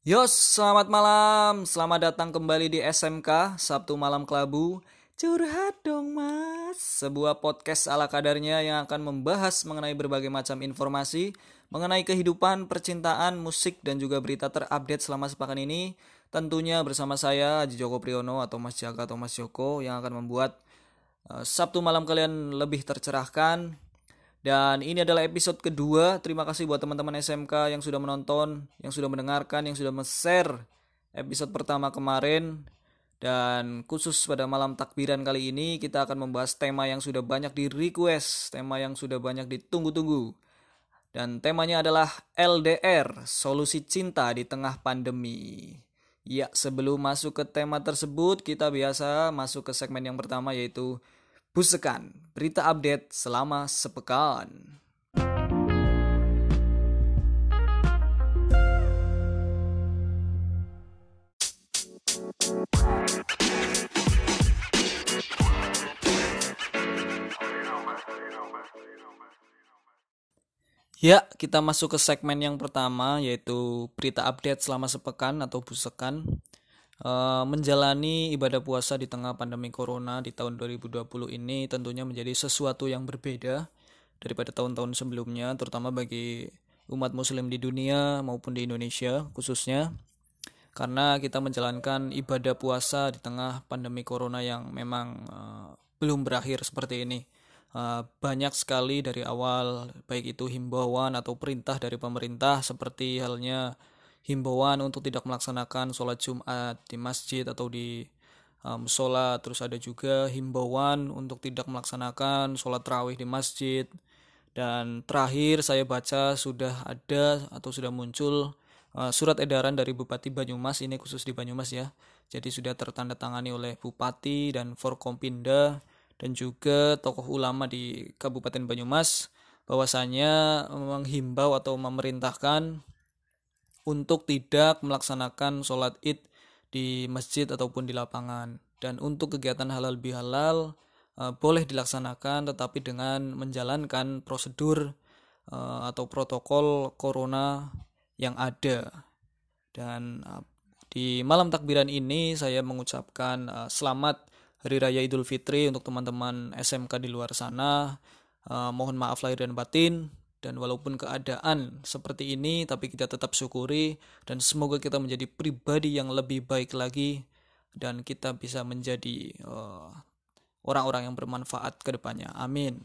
Yos, selamat malam. Selamat datang kembali di SMK, Sabtu Malam Kelabu. Curhat dong mas. Sebuah podcast ala kadarnya yang akan membahas mengenai berbagai macam informasi mengenai kehidupan, percintaan, musik, dan juga berita terupdate selama sepekan ini. Tentunya bersama saya, Haji Joko Priyono atau Mas Jaka atau Mas Joko yang akan membuat Sabtu malam kalian lebih tercerahkan. Dan ini adalah episode kedua. Terima kasih buat teman-teman SMK yang sudah menonton, yang sudah mendengarkan, yang sudah men-share episode pertama kemarin. Dan khusus pada malam takbiran kali ini kita akan membahas tema yang sudah banyak di request, tema yang sudah banyak ditunggu-tunggu. Dan temanya adalah LDR, solusi cinta di tengah pandemi. Ya, sebelum masuk ke tema tersebut, kita biasa masuk ke segmen yang pertama yaitu Busekan, berita update selama sepekan. Ya, kita masuk ke segmen yang pertama yaitu berita update selama sepekan atau Busekan. Menjalani ibadah puasa di tengah pandemi corona di tahun 2020 ini tentunya menjadi sesuatu yang berbeda daripada tahun-tahun sebelumnya, terutama bagi umat muslim di dunia maupun di Indonesia khususnya, karena kita menjalankan ibadah puasa di tengah pandemi corona yang memang belum berakhir seperti ini. Banyak sekali dari awal, baik itu himbauan atau perintah dari pemerintah, seperti halnya himbauan untuk tidak melaksanakan sholat Jumat di masjid atau di musola. Terus ada juga himbauan untuk tidak melaksanakan sholat tarawih di masjid. Dan terakhir saya baca sudah ada atau sudah muncul surat edaran dari Bupati Banyumas, ini khusus di Banyumas ya. Jadi sudah tertandatangani oleh Bupati dan Forkompinda dan juga tokoh ulama di Kabupaten Banyumas, bahwasanya menghimbau atau memerintahkan untuk tidak melaksanakan sholat id di masjid ataupun di lapangan. Dan untuk kegiatan halal bihalal boleh dilaksanakan tetapi dengan menjalankan prosedur atau protokol corona yang ada. Dan di malam takbiran ini saya mengucapkan selamat Hari Raya Idul Fitri untuk teman-teman SMK di luar sana. Mohon maaf lahir dan batin. Dan walaupun keadaan seperti ini, tapi kita tetap syukuri. Dan semoga kita menjadi pribadi yang lebih baik lagi. Dan kita bisa menjadi orang-orang yang bermanfaat ke depannya. Amin.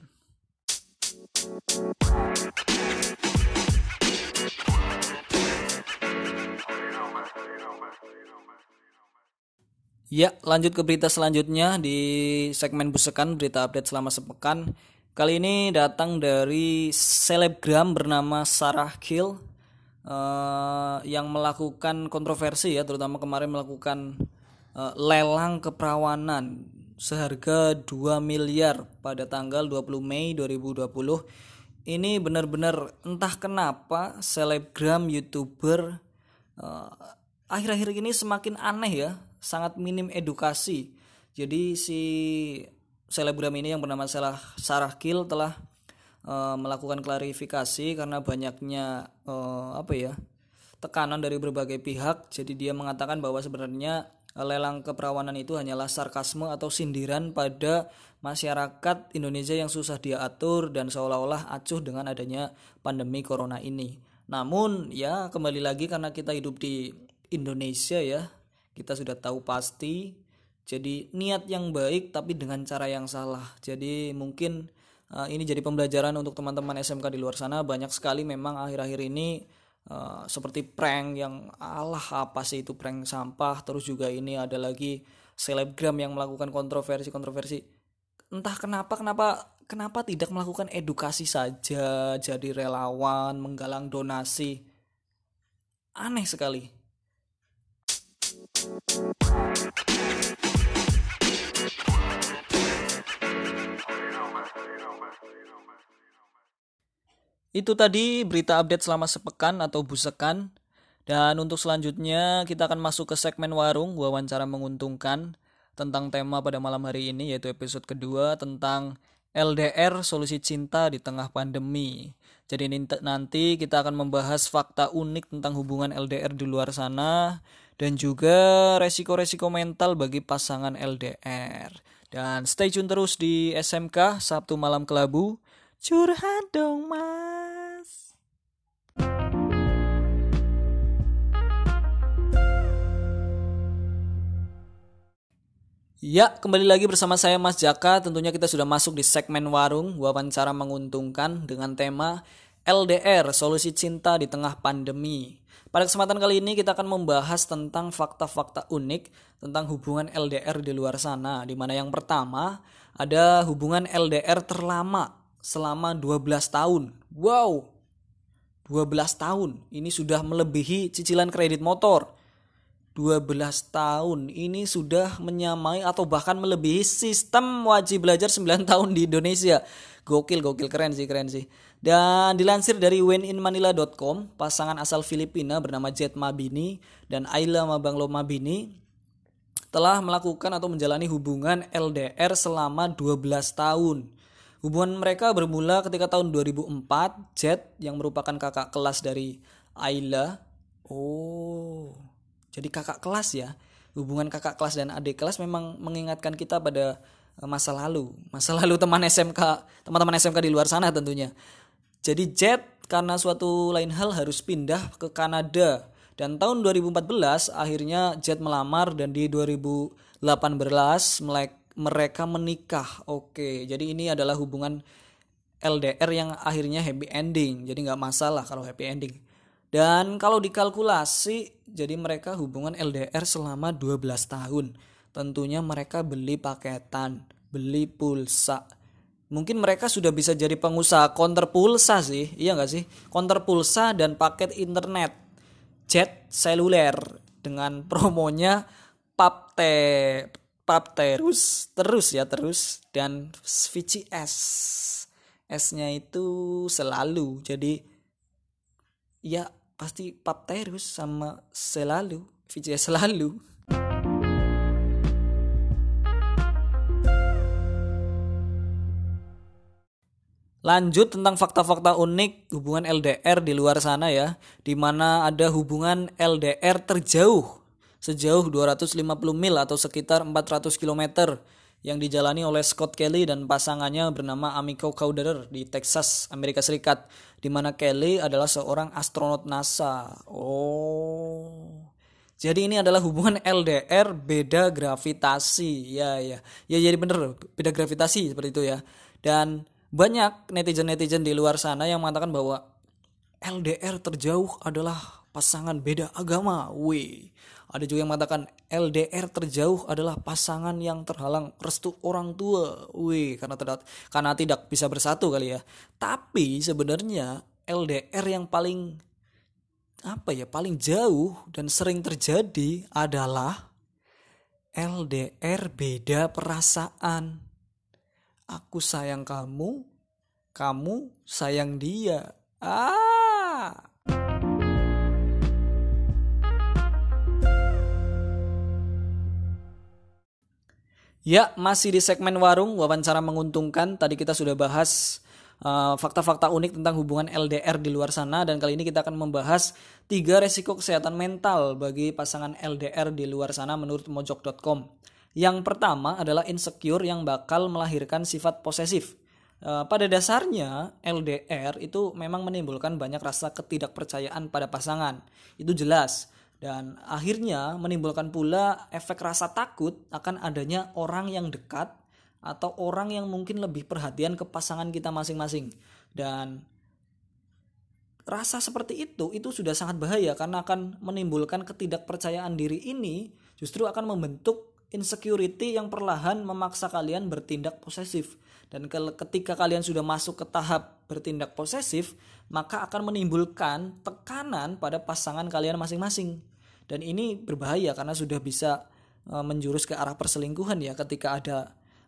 Ya, lanjut ke berita selanjutnya di segmen Busekan, berita update selama sepekan. Kali ini datang dari selebgram bernama Sarah Kill yang melakukan kontroversi ya, terutama kemarin melakukan lelang keperawanan seharga 2 miliar pada tanggal 20 Mei 2020. Ini benar-benar entah kenapa selebgram YouTuber akhir-akhir ini semakin aneh ya, sangat minim edukasi. Jadi si selebgram ini yang bernama Sarah Kill telah melakukan klarifikasi karena banyaknya tekanan dari berbagai pihak. Jadi dia mengatakan bahwa sebenarnya lelang keperawanan itu hanyalah sarkasme atau sindiran pada masyarakat Indonesia yang susah dia atur dan seolah-olah acuh dengan adanya pandemi corona ini. Namun ya kembali lagi karena kita hidup di Indonesia ya, kita sudah tahu pasti. Jadi niat yang baik tapi dengan cara yang salah. Jadi mungkin ini jadi pembelajaran untuk teman-teman SMK di luar sana. Banyak sekali memang akhir-akhir ini seperti prank yang apa sih itu, prank sampah. Terus juga ini ada lagi selebgram yang melakukan kontroversi. Entah kenapa tidak melakukan edukasi saja, jadi relawan, menggalang donasi. Aneh sekali. Itu tadi berita update selama sepekan atau Busekan. Dan untuk selanjutnya kita akan masuk ke segmen warung, wawancara menguntungkan, tentang tema pada malam hari ini yaitu episode kedua tentang LDR solusi cinta di tengah pandemi. Jadi nanti kita akan membahas fakta unik tentang hubungan LDR di luar sana dan juga resiko-resiko mental bagi pasangan LDR. Dan stay tune terus di SMK Sabtu Malam Kelabu. Curhat dong mas. Ya, kembali lagi bersama saya Mas Jaka. Tentunya kita sudah masuk di segmen warung wawancara menguntungkan dengan tema LDR, solusi cinta di tengah pandemi. Pada kesempatan kali ini kita akan membahas tentang fakta-fakta unik tentang hubungan LDR di luar sana. Di mana yang pertama ada hubungan LDR terlama selama 12 tahun. Wow, 12 tahun. Ini sudah melebihi cicilan kredit motor. 12 tahun ini sudah menyamai atau bahkan melebihi sistem wajib belajar 9 tahun di Indonesia. Gokil, keren sih. Dan dilansir dari wheninmanila.com, pasangan asal Filipina bernama Jet Mabini dan Ayla Mabanglo Mabini telah melakukan atau menjalani hubungan LDR selama 12 tahun. Hubungan mereka bermula ketika tahun 2004, Jet yang merupakan kakak kelas dari Ayla. Jadi kakak kelas ya. Hubungan kakak kelas dan adik kelas memang mengingatkan kita pada masa lalu teman-teman SMK di luar sana tentunya. Jadi Jet karena suatu lain hal harus pindah ke Kanada dan tahun 2014 akhirnya Jet melamar dan di 2018 mereka menikah. Oke, jadi ini adalah hubungan LDR yang akhirnya happy ending. Jadi nggak masalah kalau happy ending. Dan kalau dikalkulasi, jadi mereka hubungan LDR selama 12 tahun. Tentunya mereka beli paketan, beli pulsa. Mungkin mereka sudah bisa jadi pengusaha counter pulsa sih, iya nggak sih? Counter pulsa dan paket internet, jet seluler dengan promonya terus dan VCS. S-nya itu selalu, jadi ya pasti pap terus sama selalu, VCS selalu. Lanjut tentang fakta-fakta unik hubungan LDR di luar sana ya, di mana ada hubungan LDR terjauh sejauh 250 mil atau sekitar 400 km yang dijalani oleh Scott Kelly dan pasangannya bernama Amiko Kauderer di Texas, Amerika Serikat, di mana Kelly adalah seorang astronot NASA. Jadi ini adalah hubungan LDR beda gravitasi. Ya jadi bener, beda gravitasi seperti itu ya. Dan banyak netizen di luar sana yang mengatakan bahwa LDR terjauh adalah pasangan beda agama. Ada juga yang mengatakan LDR terjauh adalah pasangan yang terhalang restu orang tua. Karena tidak bisa bersatu kali ya. Tapi sebenarnya LDR yang paling jauh dan sering terjadi adalah LDR beda perasaan. Aku sayang kamu, kamu sayang dia. Ya, masih di segmen warung wawancara menguntungkan. Tadi kita sudah bahas fakta-fakta unik tentang hubungan LDR di luar sana, dan kali ini kita akan membahas 3 resiko kesehatan mental bagi pasangan LDR di luar sana menurut mojok.com. Yang pertama adalah insecure yang bakal melahirkan sifat posesif. Pada dasarnya LDR itu memang menimbulkan banyak rasa ketidakpercayaan pada pasangan. Itu jelas. Dan akhirnya menimbulkan pula efek rasa takut akan adanya orang yang dekat atau orang yang mungkin lebih perhatian ke pasangan kita masing-masing. Dan rasa seperti itu sudah sangat bahaya karena akan menimbulkan ketidakpercayaan diri. Ini justru akan membentuk insecurity yang perlahan memaksa kalian bertindak posesif. Dan ketika kalian sudah masuk ke tahap bertindak posesif, maka akan menimbulkan tekanan pada pasangan kalian masing-masing. Dan ini berbahaya karena sudah bisa menjurus ke arah perselingkuhan ya, ketika ada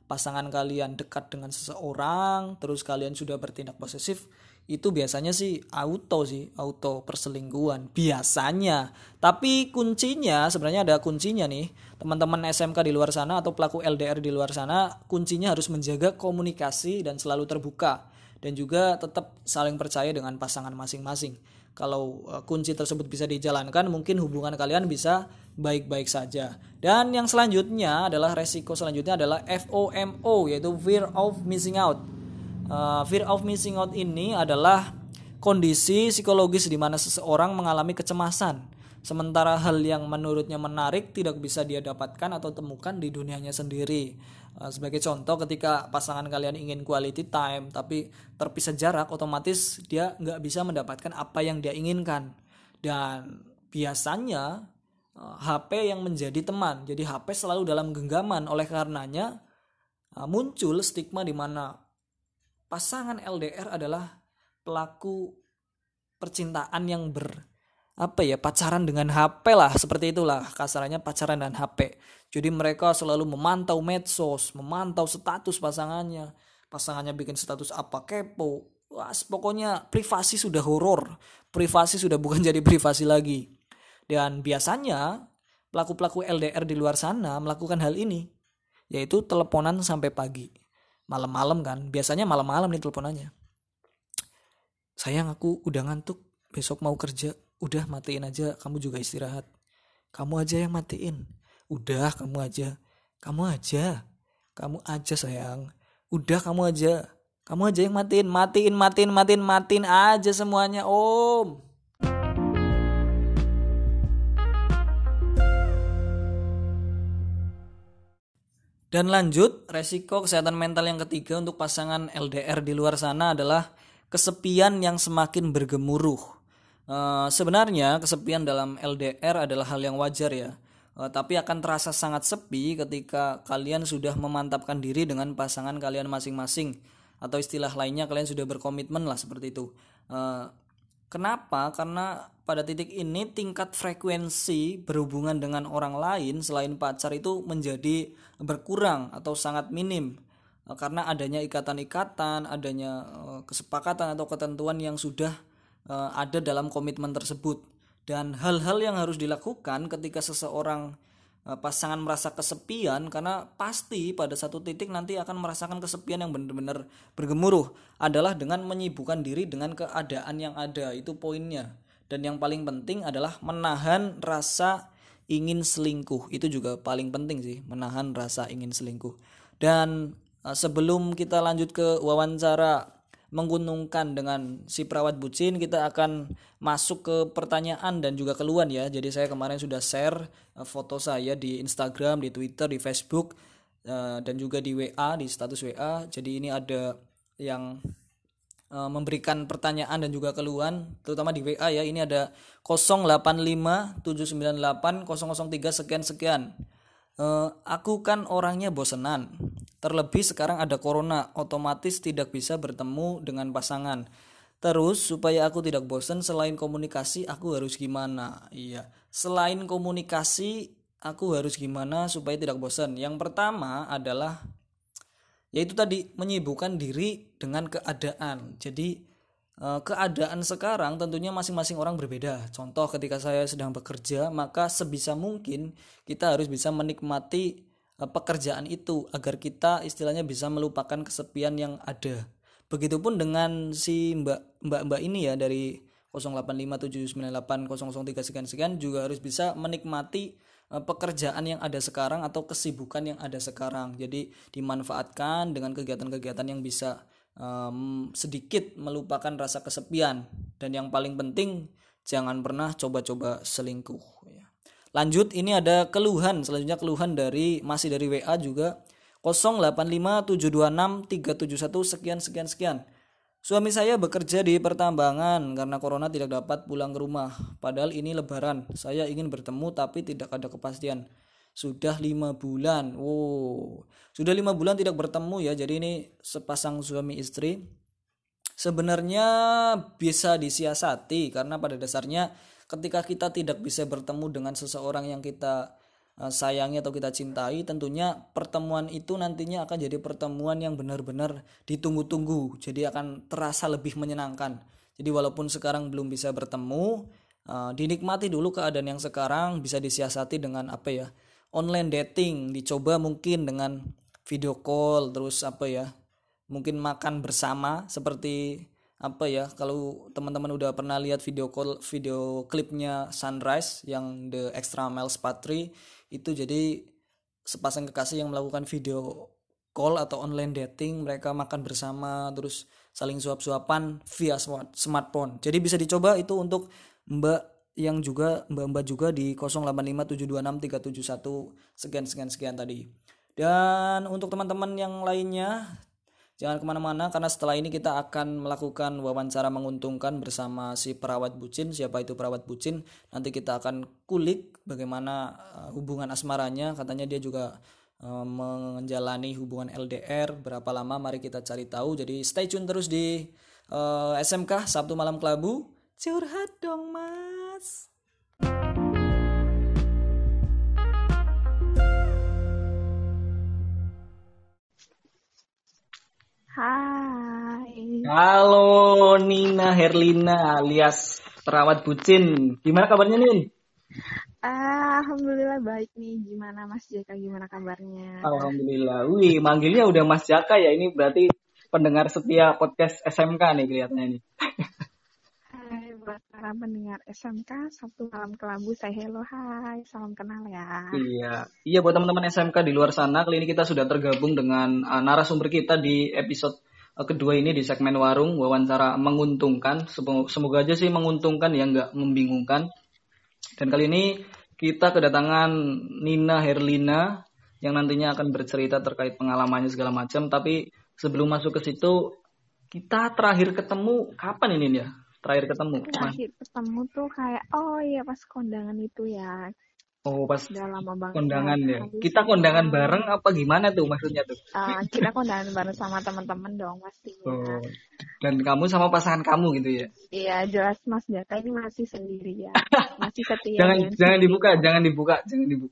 pasangan kalian dekat dengan seseorang, terus kalian sudah bertindak posesif, itu biasanya sih auto perselingkuhan biasanya. Tapi kuncinya, sebenarnya ada kuncinya nih, teman-teman SMK di luar sana atau pelaku LDR di luar sana, kuncinya harus menjaga komunikasi dan selalu terbuka, dan juga tetap saling percaya dengan pasangan masing-masing. Kalau kunci tersebut bisa dijalankan, mungkin hubungan kalian bisa baik-baik saja. Dan yang selanjutnya adalah resiko selanjutnya adalah FOMO, yaitu fear of missing out. Fear of missing out ini adalah kondisi psikologis di mana seseorang mengalami kecemasan, sementara hal yang menurutnya menarik tidak bisa dia dapatkan atau temukan di dunianya sendiri. Sebagai contoh, ketika pasangan kalian ingin quality time tapi terpisah jarak, otomatis dia nggak bisa mendapatkan apa yang dia inginkan. Dan biasanya HP yang menjadi teman, jadi HP selalu dalam genggaman. Oleh karenanya muncul stigma di mana pasangan LDR adalah pelaku percintaan yang pacaran dengan HP lah, seperti itulah kasarannya, pacaran dengan HP. Jadi mereka selalu memantau medsos, memantau status pasangannya bikin status apa, kepo. Wah, pokoknya privasi sudah horor, privasi sudah bukan jadi privasi lagi. Dan biasanya pelaku-pelaku LDR di luar sana melakukan hal ini, yaitu teleponan sampai pagi, malam-malam kan, biasanya malam-malam nih teleponannya. Sayang, aku udah ngantuk, besok mau kerja. Udah, matiin aja, kamu juga istirahat. Kamu aja yang matiin. Udah, kamu aja sayang. Udah, kamu aja yang matiin aja semuanya, Om. Dan lanjut, resiko kesehatan mental yang ketiga untuk pasangan LDR di luar sana adalah kesepian yang semakin bergemuruh. Sebenarnya kesepian dalam LDR adalah hal yang wajar ya, tapi akan terasa sangat sepi ketika kalian sudah memantapkan diri dengan pasangan kalian masing-masing, atau istilah lainnya kalian sudah berkomitmen lah, seperti itu. Kenapa? Karena pada titik ini tingkat frekuensi berhubungan dengan orang lain selain pacar itu menjadi berkurang atau sangat minim, karena adanya ikatan-ikatan, adanya kesepakatan atau ketentuan yang sudah ada dalam komitmen tersebut. Dan hal-hal yang harus dilakukan ketika seseorang pasangan merasa kesepian, karena pasti pada satu titik nanti akan merasakan kesepian yang benar-benar bergemuruh, adalah dengan menyibukkan diri dengan keadaan yang ada. Itu poinnya. Dan yang paling penting adalah menahan rasa ingin selingkuh. Itu juga paling penting sih, menahan rasa ingin selingkuh. Dan sebelum kita lanjut ke wawancara menggunungkan dengan si perawat bucin, kita akan masuk ke pertanyaan dan juga keluhan ya. Jadi saya kemarin sudah share foto saya di Instagram, di Twitter, di Facebook, dan juga di WA, di status WA. Jadi ini ada yang memberikan pertanyaan dan juga keluhan, terutama di WA ya. Ini ada 0857980003 sekian-sekian. Aku kan orangnya bosenan, terlebih sekarang ada corona, otomatis tidak bisa bertemu dengan pasangan. Terus supaya aku tidak bosan, selain komunikasi aku harus gimana? Iya, selain komunikasi aku harus gimana supaya tidak bosan? Yang pertama adalah yaitu tadi, menyibukkan diri dengan keadaan. Jadi keadaan sekarang tentunya masing-masing orang berbeda. Contoh, ketika saya sedang bekerja, maka sebisa mungkin kita harus bisa menikmati pekerjaan itu agar kita istilahnya bisa melupakan kesepian yang ada. Begitupun dengan si mbak ini ya, dari 0857980003 sekian-sekian, juga harus bisa menikmati pekerjaan yang ada sekarang atau kesibukan yang ada sekarang. Jadi dimanfaatkan dengan kegiatan-kegiatan yang bisa sedikit melupakan rasa kesepian. Dan yang paling penting, jangan pernah coba-coba selingkuh ya. Lanjut, ini ada keluhan, selanjutnya keluhan masih dari WA juga, 0857263771 sekian. Suami saya bekerja di pertambangan, karena corona tidak dapat pulang ke rumah. Padahal ini lebaran, saya ingin bertemu tapi tidak ada kepastian. Sudah 5 bulan. Sudah 5 bulan tidak bertemu ya. Jadi ini sepasang suami istri. Sebenarnya bisa disiasati, karena pada dasarnya ketika kita tidak bisa bertemu dengan seseorang yang kita sayangi atau kita cintai, tentunya pertemuan itu nantinya akan jadi pertemuan yang benar-benar ditunggu-tunggu. Jadi akan terasa lebih menyenangkan. Jadi walaupun sekarang belum bisa bertemu, dinikmati dulu keadaan yang sekarang, bisa disiasati dengan apa ya, online dating, dicoba mungkin dengan video call, terus apa ya, mungkin makan bersama seperti apa ya, kalau teman-teman udah pernah lihat video call, video klipnya Sunrise yang The Extra Miles Patri itu, jadi sepasang kekasih yang melakukan video call atau online dating, mereka makan bersama terus saling suap-suapan via smartphone. Jadi bisa dicoba itu untuk mbak-mbak juga di 085726 371 sekian tadi. Dan untuk teman-teman yang lainnya, jangan kemana-mana karena setelah ini kita akan melakukan wawancara menguntungkan bersama si perawat bucin. Siapa itu perawat bucin? Nanti kita akan kulik bagaimana hubungan asmaranya. Katanya dia juga menjalani hubungan LDR. Berapa lama? Mari kita cari tahu. Jadi stay tune terus di SMK Sabtu Malam Kelabu. Curhat dong mas. Hai. Halo Nina Herlina alias perawat bucin. Gimana kabarnya Nin? Alhamdulillah baik nih. Gimana Mas Jaka? Gimana kabarnya? Alhamdulillah. Wih, manggilnya udah Mas Jaka ya. Ini berarti pendengar setia podcast SMK nih kelihatannya nih. Hai buat para pendengar SMK Sabtu Malam Kelabu, saya hello, hai, salam kenal ya. Iya buat teman-teman SMK di luar sana, kali ini kita sudah tergabung dengan narasumber kita di episode kedua ini di segmen Warung Wawancara Menguntungkan. Semoga aja sih menguntungkan ya, nggak membingungkan. Dan kali ini kita kedatangan Nina Herlina yang nantinya akan bercerita terkait pengalamannya segala macam. Tapi sebelum masuk ke situ, kita terakhir ketemu kapan ini ya? Terakhir ketemu tuh kayak pas kondangan itu ya. Oh, pas udah lama banget kondangan ya. Kita kondangan bareng apa gimana tuh maksudnya tuh? Kita kondangan bareng sama teman-teman dong pastinya. Oh, dan kamu sama pasangan kamu gitu ya? Iya, jelas Mas Jaka ini masih sendiri ya. Masih setia. jangan dibuka.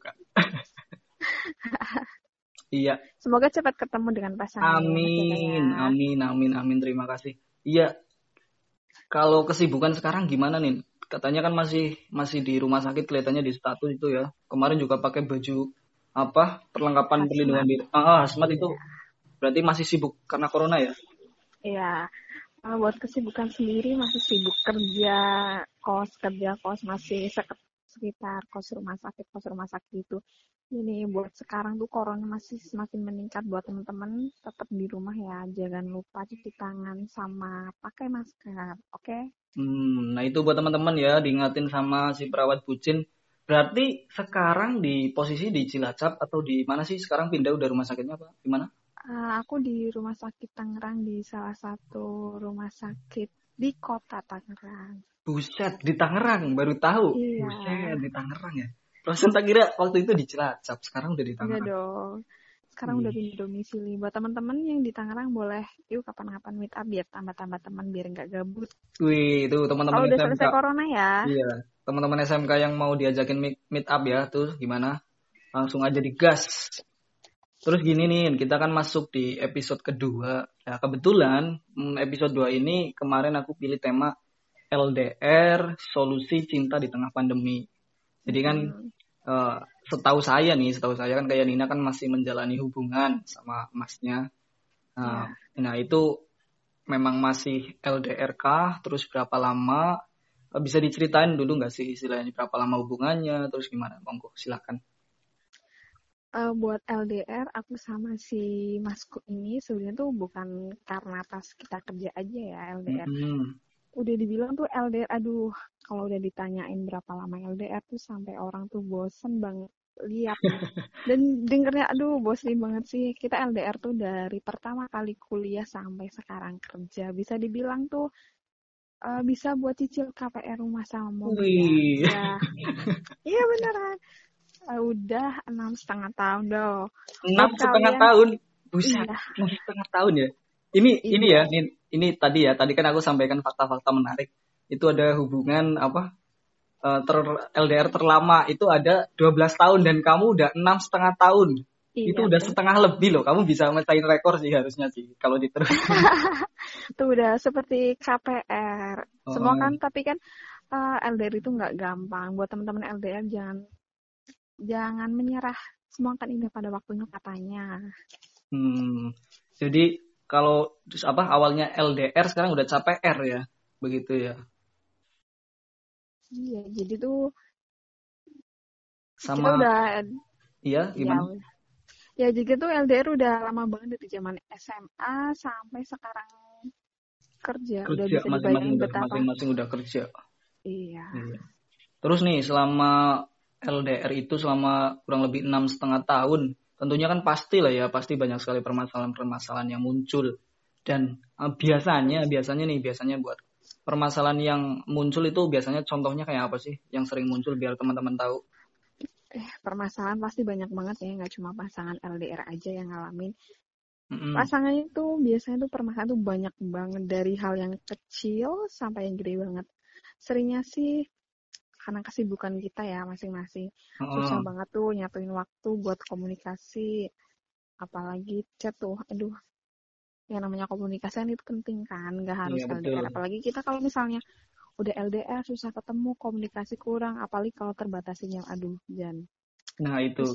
Iya. Semoga cepat ketemu dengan pasangan. Amin. Terima kasih. Iya. Kalau kesibukan sekarang gimana nih? Katanya kan masih di rumah sakit, kelihatannya di status itu ya. Kemarin juga pakai baju perlengkapan perlindungan diri. Hazmat itu. Berarti masih sibuk karena corona ya? Iya. Buat kesibukan sendiri masih sibuk kerja kos masih sekitar kos rumah sakit itu. Ini buat sekarang tuh corona masih semakin meningkat. Buat teman-teman tetap di rumah ya, jangan lupa cuci tangan sama pakai masker, oke? Nah itu buat teman-teman ya, diingatin sama si perawat bucin. Berarti sekarang di posisi di Cilacap atau di mana sih? Sekarang pindah udah rumah sakitnya apa? Di mana? Aku di rumah sakit Tangerang, di salah satu rumah sakit di kota Tangerang. Buset, di Tangerang, baru tahu. Iya. Buset, di Tangerang ya. Perasaan tak kira waktu itu di Cilacap, sekarang udah di Tangerang. Iya dong. Sekarang udah pindah domisili. Buat teman-teman yang di Tangerang boleh yuk kapan-kapan meet up biar tambah-tambah teman biar nggak gabut. Wih, itu teman-teman udah SMK. Selesai corona ya. Iya, teman-teman SMK yang mau diajakin meet up ya, tuh gimana? Langsung aja digas. Terus gini nih, kita kan masuk di episode kedua. Ya, kebetulan episode 2 ini kemarin aku pilih tema LDR, solusi cinta di tengah pandemi. Jadi kan setahu saya kan kayak Nina kan masih menjalani hubungan sama masnya. Nah itu memang masih LDR kah? Terus berapa lama? Bisa diceritain dulu nggak sih istilahnya berapa lama hubungannya? Terus gimana? Monggo silakan. Buat LDR aku sama si masku ini sebenarnya tuh bukan karena pas kita kerja aja ya LDR. Udah dibilang tuh LDR, aduh kalau udah ditanyain berapa lama LDR tuh sampai orang tuh bosen banget lihat dan dengernya, aduh bosen banget sih. Kita LDR tuh dari pertama kali kuliah sampai sekarang kerja, bisa dibilang tuh bisa buat cicil KPR rumah sama mobil ya. Iya beneran. Udah 6,5 tahun doh. 6,5 tahun? Buset, 6,5 tahun ya? Ini tadi kan aku sampaikan fakta-fakta menarik. Itu ada hubungan LDR terlama itu ada 12 tahun dan kamu udah 6,5 tahun. Iya, itu udah setengah lebih loh. Kamu bisa mecahin rekor sih harusnya sih kalau diteruskan. Itu udah seperti KPR. Semua kan, tapi kan LDR itu nggak gampang. Buat teman-teman LDR jangan menyerah. Semua kan indah pada waktunya katanya. Jadi kalau awalnya LDR sekarang udah KPR ya, begitu ya? Iya, jadi tuh sama kita udah gimana? Ya jadi tuh LDR udah lama banget dari zaman SMA sampai sekarang kerja. Udah bisa dibayangin betapa. Masing-masing udah kerja. Iya. Terus nih selama LDR itu selama kurang lebih 6,5 tahun, tentunya kan pasti banyak sekali permasalahan-permasalahan yang muncul. Dan biasanya buat permasalahan yang muncul itu biasanya contohnya kayak apa sih yang sering muncul biar teman-teman tahu? Permasalahan pasti banyak banget ya, nggak cuma pasangan LDR aja yang ngalamin. Pasangan itu biasanya tuh permasalahan tuh banyak banget, dari hal yang kecil sampai yang gede banget. Seringnya sih karena kesibukan kita ya masing-masing. Susah banget tuh nyatuin waktu buat komunikasi. Apalagi chat tuh, aduh. Yang namanya komunikasi kan itu penting kan, nggak harus LDR. Apalagi kita kalau misalnya udah LDR susah ketemu, komunikasi kurang, apalagi kalau terbatas sinyal, aduh, Jan. Nah itu.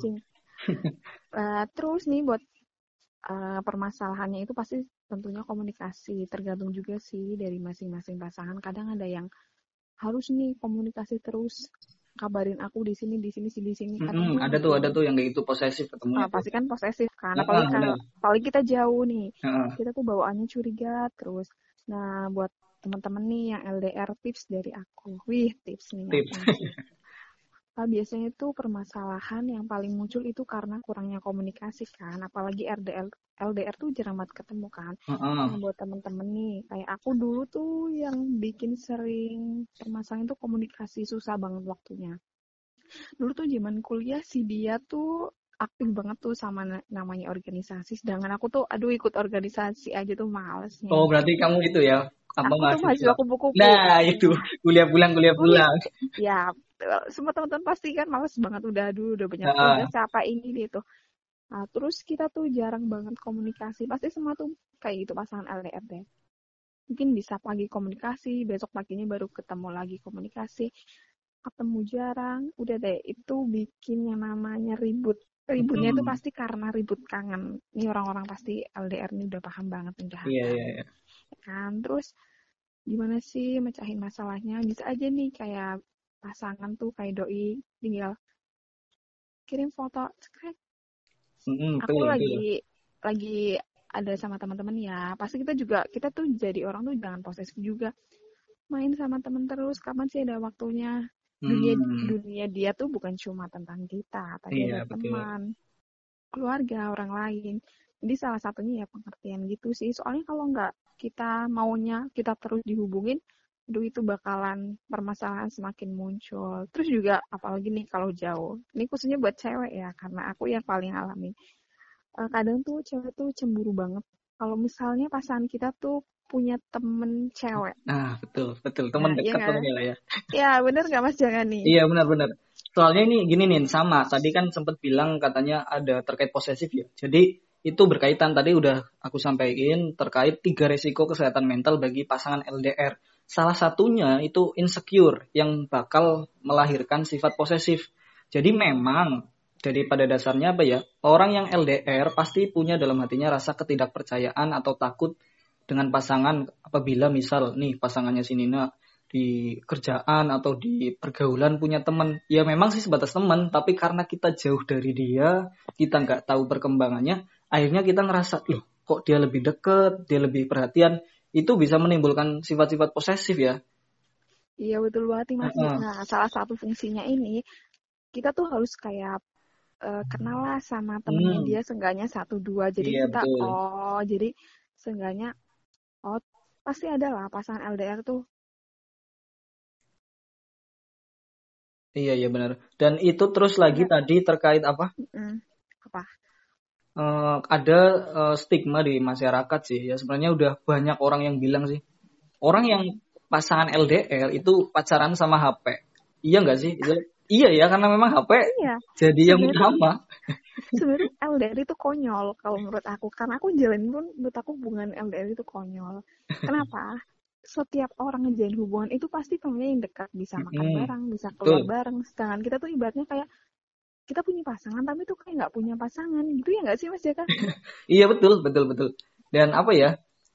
Terus nih buat permasalahannya itu pasti tentunya komunikasi, tergantung juga sih dari masing-masing pasangan. Kadang ada yang harus nih komunikasi terus, kabarin aku di sini. Ada tuh yang kayak gitu, posesif ketemu. Pasti kan posesif kan, apalagi kita jauh nih, kita tuh bawaannya curiga terus. Nah buat teman-teman nih yang LDR, tips dari aku. Tips nih. Biasanya itu permasalahan yang paling muncul itu karena kurangnya komunikasi kan, apalagi LDR tuh jarang banget ketemu kan. Nah buat temen-temen nih, kayak aku dulu tuh yang bikin sering permasalahan itu komunikasi, susah banget waktunya. Dulu tuh zaman kuliah si dia tuh aktif banget tuh sama namanya organisasi, sedangkan aku tuh ikut organisasi aja tuh males nih. Oh berarti kamu itu ya? Aku tuh mahasiswa kupu-kupu. Nah itu kuliah pulang. Ya semua teman-teman pasti kan males banget, udah banyak tugas apa ini gitu. Nah terus kita tuh jarang banget komunikasi, pasti semua tuh kayak gitu pasangan LDR deh. Mungkin bisa pagi komunikasi, besok paginya baru ketemu lagi komunikasi, ketemu jarang, udah deh itu bikin yang namanya ribut. Ributnya itu pasti karena ribut kangen. Ini orang-orang pasti LDR ini udah paham banget udah. Iya. Kan terus gimana sih mecahin masalahnya? Bisa aja nih kayak pasangan tuh kayak doi tinggal kirim foto screen. Aku lagi ada sama teman-teman ya. Pasti kita tuh jadi orang tuh jangan posesif juga. Main sama teman terus, kapan sih ada waktunya? Dunia dia tuh bukan cuma tentang kita, tapi ada teman, keluarga, orang lain. Jadi salah satunya ya pengertian gitu sih. Soalnya kalau nggak kita maunya kita terus dihubungin, itu bakalan permasalahan semakin muncul. Terus juga apalagi nih kalau jauh. Ini khususnya buat cewek ya, karena aku yang paling alami. Kadang tuh cewek tuh cemburu banget kalau misalnya pasangan kita tuh punya temen cewek. Nah betul teman dekat tuh ya. Ya benar nggak Mas Jangan nih? Iya benar. Soalnya ini gini nih, sama tadi kan sempat bilang katanya ada terkait posesif ya. Jadi itu berkaitan, tadi udah aku sampaikan terkait 3 risiko kesehatan mental bagi pasangan LDR. Salah satunya itu insecure yang bakal melahirkan sifat posesif. Jadi memang pada dasarnya orang yang LDR pasti punya dalam hatinya rasa ketidakpercayaan atau takut dengan pasangan. Apabila misal nih pasangannya si Nina di kerjaan atau di pergaulan punya teman, ya memang sih sebatas teman, tapi karena kita jauh dari dia, kita nggak tahu perkembangannya, akhirnya kita ngerasa loh kok dia lebih deket, dia lebih perhatian, itu bisa menimbulkan sifat-sifat posesif ya. Iya betul banget Mas. Nah salah satu fungsinya ini kita tuh harus kayak kenal lah sama temennya dia seenggaknya 1-2, jadi kita jadi seenggaknya pasti ada lah pasangan LDR tuh. Iya benar. Dan itu terus lagi tadi terkait apa? Ada stigma di masyarakat sih ya, sebenarnya udah banyak orang yang bilang sih, orang yang pasangan LDR itu pacaran sama HP. Iya nggak sih? Iya ya, karena memang HP jadi yang utama. Sebenarnya LDR itu konyol kalau menurut aku, karena aku jalanin pun menurut aku hubungan LDR itu konyol. Kenapa? Setiap orang ngejalin hubungan itu pasti temennya yang dekat, bisa makan bareng, bisa keluar bareng. Sedangkan kita tuh ibaratnya kayak kita punya pasangan tapi tuh kayak nggak punya pasangan gitu, ya nggak sih Mas Jaka? Iya betul. Dan apa ya?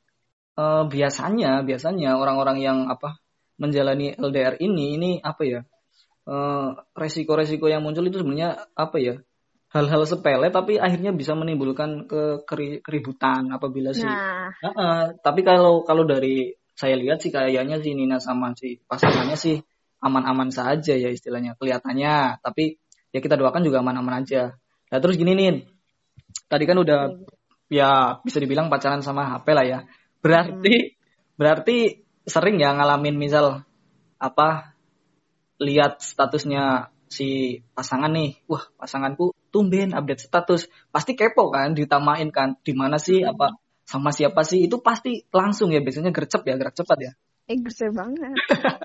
Biasanya orang-orang yang menjalani LDR ini apa ya? Resiko-resiko yang muncul itu sebenarnya apa ya? Hal-hal sepele tapi akhirnya bisa menimbulkan keributan apabila tapi kalau dari saya lihat sih kayaknya si Nina sama si pasangannya sih aman-aman saja ya istilahnya kelihatannya, tapi ya kita doakan juga aman-aman aja. Nah terus gini nih, tadi kan udah ya bisa dibilang pacaran sama HP lah ya. Berarti sering ya ngalamin misal lihat statusnya si pasangan nih, wah pasanganku tumben update status, pasti kepo kan, ditamain kan, di mana sih sama siapa sih, itu pasti langsung ya biasanya gercep cepat ya. Gercep banget.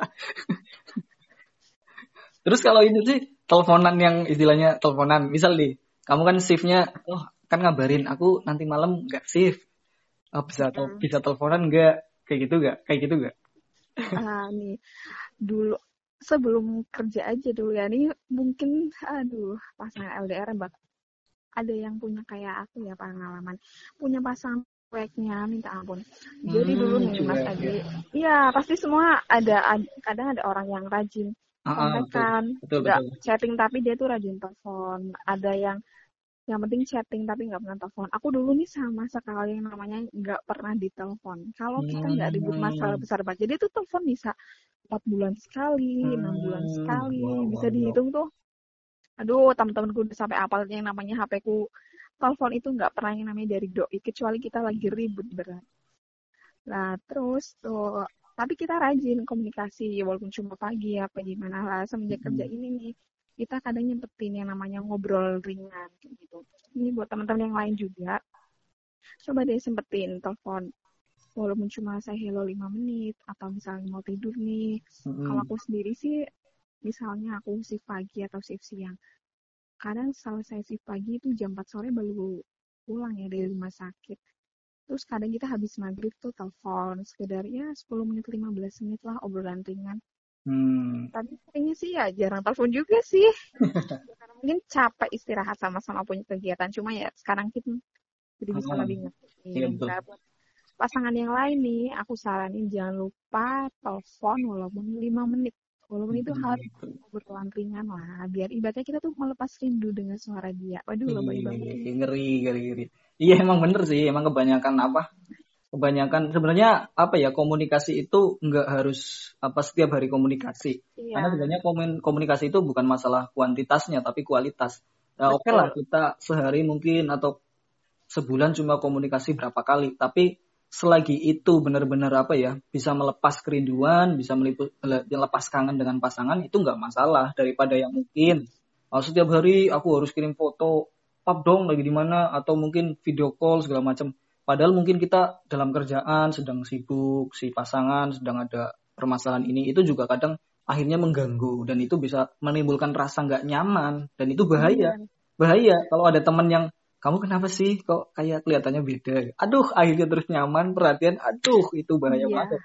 Terus kalau ini sih teleponan yang istilahnya teleponan, misal nih kamu kan shiftnya, kan ngabarin aku nanti malam nggak shift, bisa teleponan nggak, kayak gitu nggak? Nih dulu sebelum kerja aja dulu ya, nih mungkin pasangan LDR ada yang punya kayak aku ya pengalaman punya pasangan cueknya minta ampun. Jadi dulu nih Mas Adi, iya pasti semua kadang ada orang yang rajin kontekan, nggak chatting tapi dia tuh rajin telepon. Ada yang penting chatting tapi nggak pernah telepon. Aku dulu nih sama sekali yang namanya nggak pernah ditelepon. Kalau kita nggak ribut masalah besar banget, jadi tuh telepon bisa 4 bulan sekali, 6 bulan sekali, bisa dihitung tuh. Aduh, teman-temanku udah sampai apal yang namanya HP-ku. Telepon itu nggak pernah yang namanya dari doi, kecuali kita lagi ribut berat. Nah, terus tuh, tapi kita rajin komunikasi, walaupun cuma pagi apa gimana lah. Semenjak kerja ini nih, kita kadang nyempetin yang namanya ngobrol ringan gitu. Ini buat teman-teman yang lain juga. Coba deh sempetin telepon. Walaupun cuma saya hello 5 menit, atau misalnya mau tidur nih. Kalau aku sendiri sih, misalnya aku shift pagi atau shift siang. Kadang selesai shift pagi itu jam 4 sore baru pulang ya dari rumah sakit. Terus kadang kita habis maghrib tuh telepon, sekedarnya 10 menit 15 menit lah obrolan ringan. Tapi kayaknya sih ya jarang telepon juga sih. Karena mungkin capek istirahat sama-sama punya kegiatan. Cuma ya sekarang kita jadi bisa lebih ngerti. Pasangan yang lain nih, aku saranin jangan lupa telepon walaupun 5 menit. Walaupun itu harus obrolan ringan lah. Biar ibaratnya kita tuh melepas rindu dengan suara dia. Waduh, lebay banget. Ngeri. Iya emang bener sih. Emang kebanyakan sebenarnya komunikasi itu nggak harus setiap hari komunikasi. Karena sebenarnya komunikasi itu bukan masalah kuantitasnya tapi kualitas. Oke lah kita sehari mungkin atau sebulan cuma komunikasi berapa kali, tapi selagi itu benar-benar bisa melepas kerinduan, bisa melepas kangen dengan pasangan, itu nggak masalah daripada yang mungkin setiap hari aku harus kirim foto, pap dong lagi di mana, atau mungkin video call segala macam. Padahal mungkin kita dalam kerjaan sedang sibuk, si pasangan sedang ada permasalahan ini, itu juga kadang akhirnya mengganggu dan itu bisa menimbulkan rasa nggak nyaman dan itu bahaya. Kalau ada teman yang kamu kenapa sih kok kayak kelihatannya beda? Aduh, akhirnya terus nyaman, perhatian. Aduh, itu bahaya banget.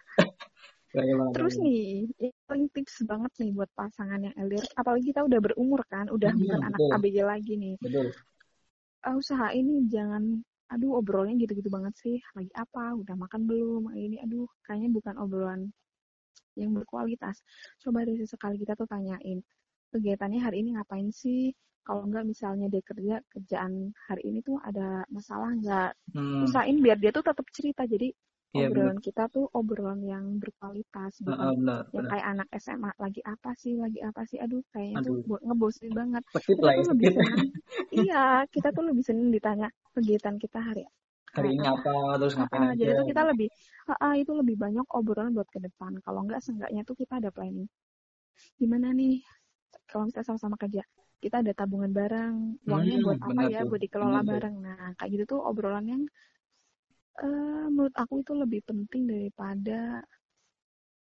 Terus nih, yang paling tips banget nih buat pasangan yang LDR, apalagi kita udah berumur kan, udah bukan anak ABG lagi nih. Usahain nih jangan, obrolnya gitu-gitu banget sih. Lagi apa? Udah makan belum? Ini, kayaknya bukan obrolan yang berkualitas. Coba deh sesekali kita tuh tanyain, kegiatannya hari ini ngapain sih? Kalau enggak misalnya dia kerjaan hari ini tuh ada masalah enggak, usahain biar dia tuh tetap cerita. Jadi obrolan kita tuh obrolan yang berkualitas, bukan yang kayak anak SMA lagi apa sih, aduh kayaknya tuh ngebosenin banget. Kita tuh lebih senang, kita tuh lebih senang ditanya kegiatan kita hari ini apa, terus ngapain aja. Jadi tuh kita itu lebih banyak obrolan buat ke depan. Kalau enggak seenggaknya tuh kita ada planning. Gimana nih kalau misalnya sama-sama kerja, kita ada tabungan bareng, uangnya buat apa ya, buat dikelola bareng. Nah, kayak gitu tuh obrolan yang menurut aku itu lebih penting daripada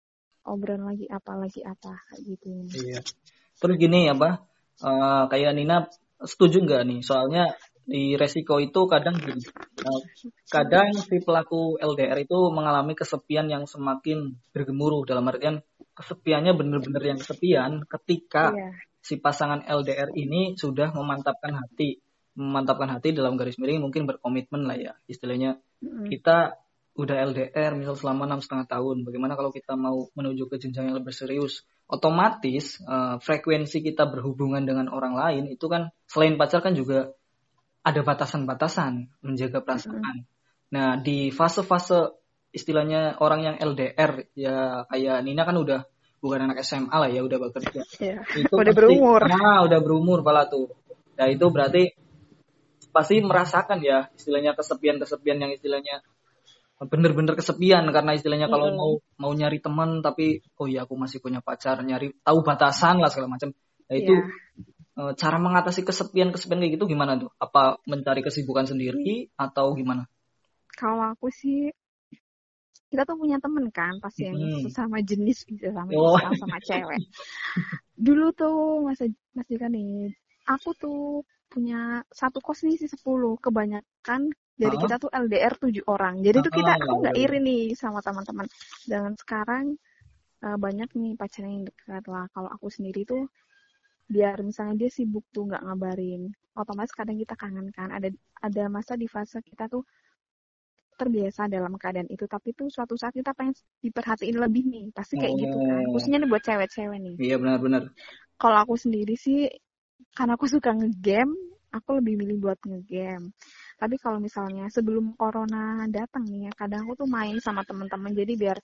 obrolan lagi apa kayak gitu. Iya. Terus gini kayak Nina setuju nggak nih? Soalnya di resiko itu kadang gini, kadang si pelaku LDR itu mengalami kesepian yang semakin bergemuruh, dalam artian kesepiannya benar-benar yang kesepian ketika si pasangan LDR ini sudah memantapkan hati dalam garis miring mungkin berkomitmen lah ya istilahnya. Kita udah LDR misal selama 6,5 tahun, bagaimana kalau kita mau menuju ke jenjang yang lebih serius? Otomatis frekuensi kita berhubungan dengan orang lain itu kan selain pacar kan juga ada batasan-batasan menjaga perasaan. Nah di fase-fase istilahnya orang yang LDR ya kayak Nina kan udah bukan anak SMA lah ya, udah bekerja. Itu udah berumur. Udah berumur pala tuh. Nah itu berarti pasti merasakan ya istilahnya kesepian yang istilahnya bener-bener kesepian karena istilahnya kalau mau nyari teman tapi oh ya aku masih punya pacar, nyari tahu batasan lah segala macam. Nah itu cara mengatasi kesepian kayak gitu gimana tuh? Apa mencari kesibukan sendiri atau gimana? Kalau aku sih kita tuh punya temen kan pasti yang sesama jenis gitu sama cewek. Dulu tuh masih kan nih aku tuh punya satu kos nih sih 10 kebanyakan dari kita tuh LDR 7 orang. Jadi tuh aku nggak iri nih sama teman-teman. Dan sekarang banyak nih pacarnya yang dekat lah. Kalau aku sendiri tuh biar misalnya dia sibuk tuh nggak ngabarin, otomatis kadang kita kangen kan. Ada masa di fase kita tuh terbiasa dalam keadaan itu, tapi tuh suatu saat kita pengen diperhatiin lebih nih, pasti kayak gitu kan. Khususnya nih buat cewek-cewek nih. Iya benar-benar. Kalau aku sendiri sih, karena aku suka ngegame, aku lebih milih buat ngegame. Tapi kalau misalnya sebelum corona datang nih ya, kadang aku tuh main sama teman-teman, jadi biar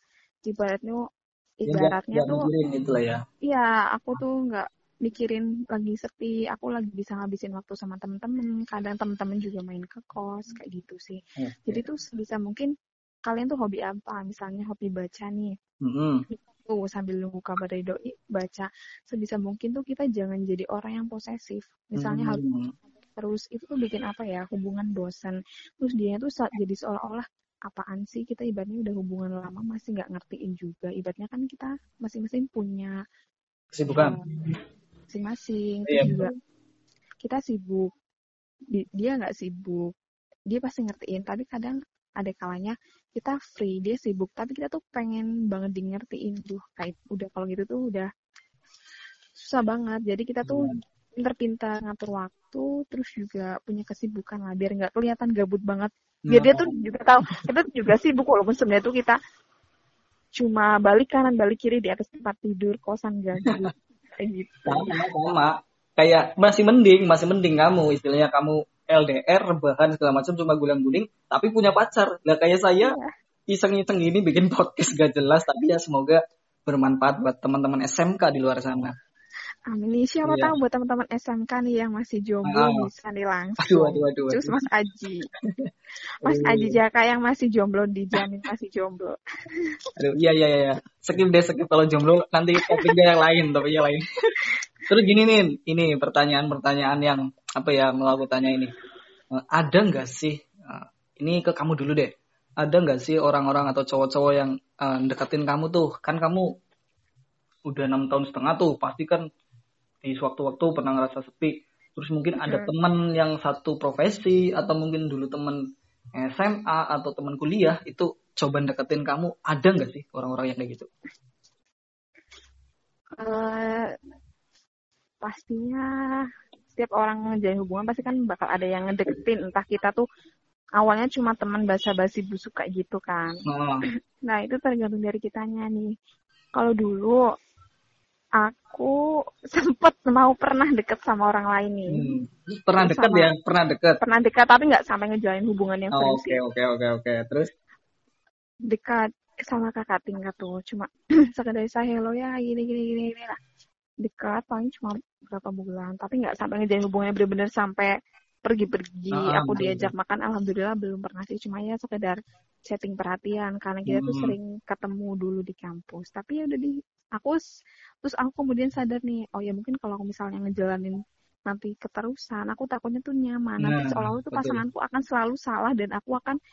ibaratnya tuh itulah ya. Iya, aku tuh nggak mikirin lagi sepi, aku lagi bisa ngabisin waktu sama temen-temen. Kadang temen-temen juga main ke kos kayak gitu sih. Jadi tuh sebisa mungkin kalian tuh hobi apa? Misalnya hobi baca nih. Tuh sambil nunggu kabar dari doi baca. Sebisa mungkin tuh kita jangan jadi orang yang posesif. Misalnya harus terus itu tuh bikin apa ya? Hubungan bosan. Terus dia tuh jadi seolah-olah apaan sih kita ibaratnya udah hubungan lama masih nggak ngertiin juga. Ibaratnya kan kita masing-masing punya kesibukan masing-masing. Terus juga kita sibuk, dia nggak sibuk, dia pasti ngertiin. Tapi kadang ada kalanya kita free, dia sibuk, tapi kita tuh pengen banget di ngertiin tuh. Kayak udah kalau gitu tuh udah susah banget. Jadi kita tuh pintar-pintar ngatur waktu, terus juga punya kesibukan lah, biar nggak kelihatan gabut banget. Biar dia tuh juga tahu kita juga sibuk walaupun sebenarnya tuh kita cuma balik kanan balik kiri di atas tempat tidur kosan gabut kayak gitu. Sama kayak masih mending kamu istilahnya kamu LDR bahkan segala macam cuma guling-guling tapi punya pacar. Lah kayak saya iseng-iseng gini bikin podcast gak jelas, tapi ya semoga bermanfaat buat teman-teman SMK di luar sana. Amin. Siapa tahu buat teman-teman SMK nih yang masih jomblo bisa nih langsung. Aduh. Terus Mas Aji. Mas Aji Jaka yang masih jomblo dijamin masih jomblo. Aduh, iya. Skip kalau jomblo nanti topiknya yang lain. Terus gini nih, ini pertanyaan yang mau aku tanya ini. Ada nggak sih, ini ke kamu dulu deh. Ada nggak sih orang-orang atau cowok-cowok yang deketin kamu tuh? Kan kamu udah 6,5 tahun tuh, pasti kan di sewaktu-waktu pernah ngerasa sepi. Terus mungkin ada teman yang satu profesi atau mungkin dulu teman SMA atau teman kuliah itu coba deketin kamu. Ada nggak sih orang-orang yang kayak gitu? Pastinya setiap orang ngejalin hubungan pasti kan bakal ada yang ngedeketin. Entah kita tuh awalnya cuma teman basa-basi busuk kayak gitu kan. Nah itu tergantung dari kitanya nih. Kalau dulu aku sempet pernah deket sama orang lain nih. Pernah dekat tapi nggak sampai ngejalin hubungan yang serius. Oke. Terus dekat sama kakak tingkat tuh, cuma sekedar saya hello ya gini lah. Dekat paling cuma berapa bulan, tapi nggak sampai ngejalin hubungannya bener-bener sampai pergi-pergi. Aku diajak makan, alhamdulillah belum pernah sih, cuma ya sekedar chatting perhatian karena kita tuh sering ketemu dulu di kampus. Tapi ya udah terus aku kemudian sadar nih, oh ya mungkin kalau aku misalnya ngejalanin nanti keterusan, aku takutnya tuh nyaman. Nanti seolah-olah tuh pasanganku akan selalu salah dan aku akan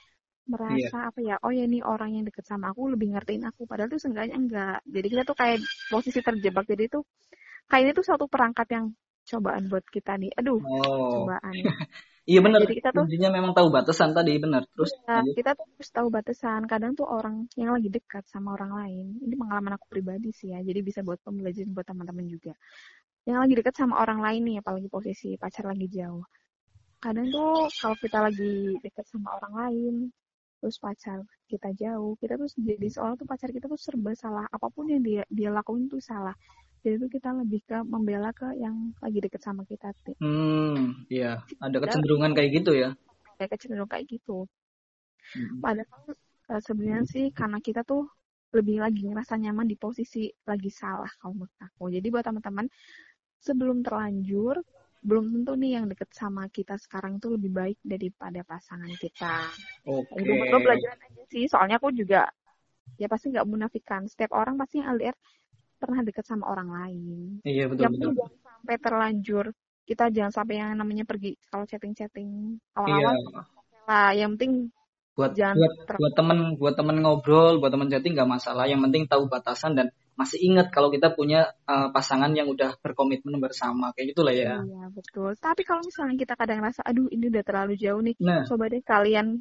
merasa apa ya, oh ya nih orang yang deket sama aku lebih ngertiin aku, padahal tuh seenggaknya enggak. Jadi kita tuh kayak posisi terjebak. Jadi tuh kayak ini tuh suatu perangkat yang cobaan buat kita nih. Aduh, cobaan. Iya benar. Jadi kita tuh intinya memang tahu batasan tadi, benar. Terus kita tuh harus tahu batasan. Kadang tuh orang yang lagi dekat sama orang lain, ini pengalaman aku pribadi sih ya, jadi bisa buat pembelajaran buat teman-teman juga. Yang lagi dekat sama orang lain nih, apalagi posisi pacar lagi jauh. Kadang tuh kalau kita lagi dekat sama orang lain, terus pacar kita jauh, kita tuh jadi seolah tuh pacar kita tuh serba salah, apapun yang dia lakuin tuh salah. Jadi tuh kita lebih ke membela ke yang lagi deket sama kita. Iya, ada kecenderungan kayak gitu ya. Kayak kecenderungan kayak gitu. Padahal sebenarnya sih karena kita tuh lebih lagi ngerasa nyaman di posisi lagi salah kalau menurut aku. Jadi buat teman-teman, sebelum terlanjur, belum tentu nih yang deket sama kita sekarang tuh lebih baik daripada pasangan kita. Oke. Itu buat pelajaran aja sih. Soalnya aku juga ya pasti nggak menafikan. Setiap orang pasti yang LDR pernah deket sama orang lain. Iya betul. Yang penting jangan sampai terlanjur. Kita jangan sampai yang namanya pergi kalau chatting awal-awal. Lah, yang penting buat temen ngobrol, buat temen chatting nggak masalah. Yang penting tahu batasan dan masih ingat kalau kita punya pasangan yang udah berkomitmen bersama, kayak gitulah ya. Iya betul. Tapi kalau misalnya kita kadang rasa, aduh ini udah terlalu jauh nih, coba deh kalian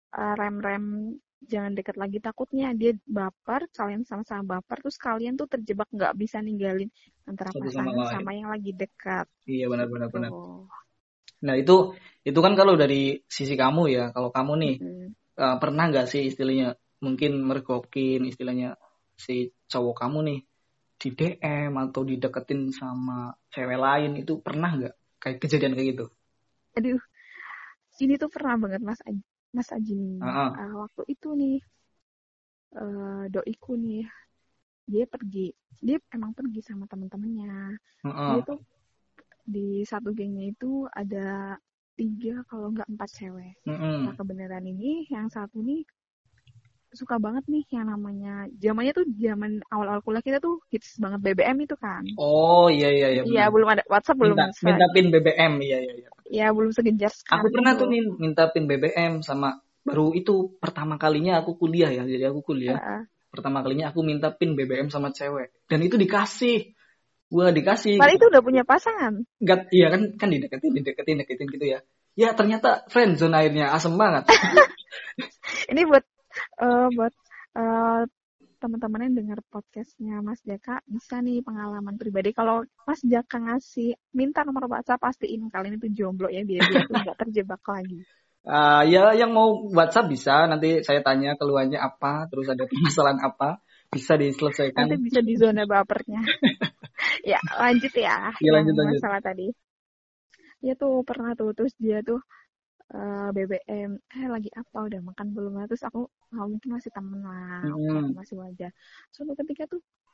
rem jangan deket lagi, takutnya dia baper, kalian sama-sama baper, terus kalian tuh terjebak nggak bisa ninggalin antara pasangan sama yang lagi dekat. Iya benar. Nah itu kan kalau dari sisi kamu ya, kalau kamu nih pernah nggak sih istilahnya mungkin mergokin istilahnya si cowok kamu nih di DM atau dideketin sama cewek lain, itu pernah nggak kayak kejadian kayak gitu? Aduh, ini tuh pernah banget Mas Ajin. Waktu itu nih doiku nih, dia emang pergi sama teman-temannya. Dia tuh di satu gengnya itu ada 3 kalau nggak 4 cewek. Nah kebenaran ini yang satu nih suka banget nih yang namanya, zamannya tuh zaman awal-awal kuliah kita tuh hits banget BBM itu kan. Oh iya. Iya, belum ada WhatsApp, minta pin BBM, iya. Ya belum segenjar sekarang. Aku pernah tuh nih minta pin BBM sama, baru itu pertama kalinya aku kuliah ya, jadi aku kuliah. Pertama kalinya aku minta pin BBM sama cewek dan itu dikasih. Gua dikasih. Padahal itu udah punya pasangan. Iya kan dideketin gitu ya. Ya ternyata friendzone akhirnya, asem banget. Ini buat teman-teman yang dengar podcastnya Mas Jaka, bisa nih pengalaman pribadi. Kalau Mas Jaka minta nomor WhatsApp, pastiin kalian itu jomblo ya, biar dia tuh nggak terjebak lagi. Ya yang mau WhatsApp bisa, nanti saya tanya keluhannya apa, terus ada permasalahan apa, bisa diselesaikan. Nanti bisa di zona bapernya. Ya lanjut ya. Lanjut. Masalah tadi. Ya tuh pernah tuh, terus dia tuh BBM, lagi apa, udah makan belum? Terus aku mungkin masih temen lah, masih wajar. Suatu ketika tuh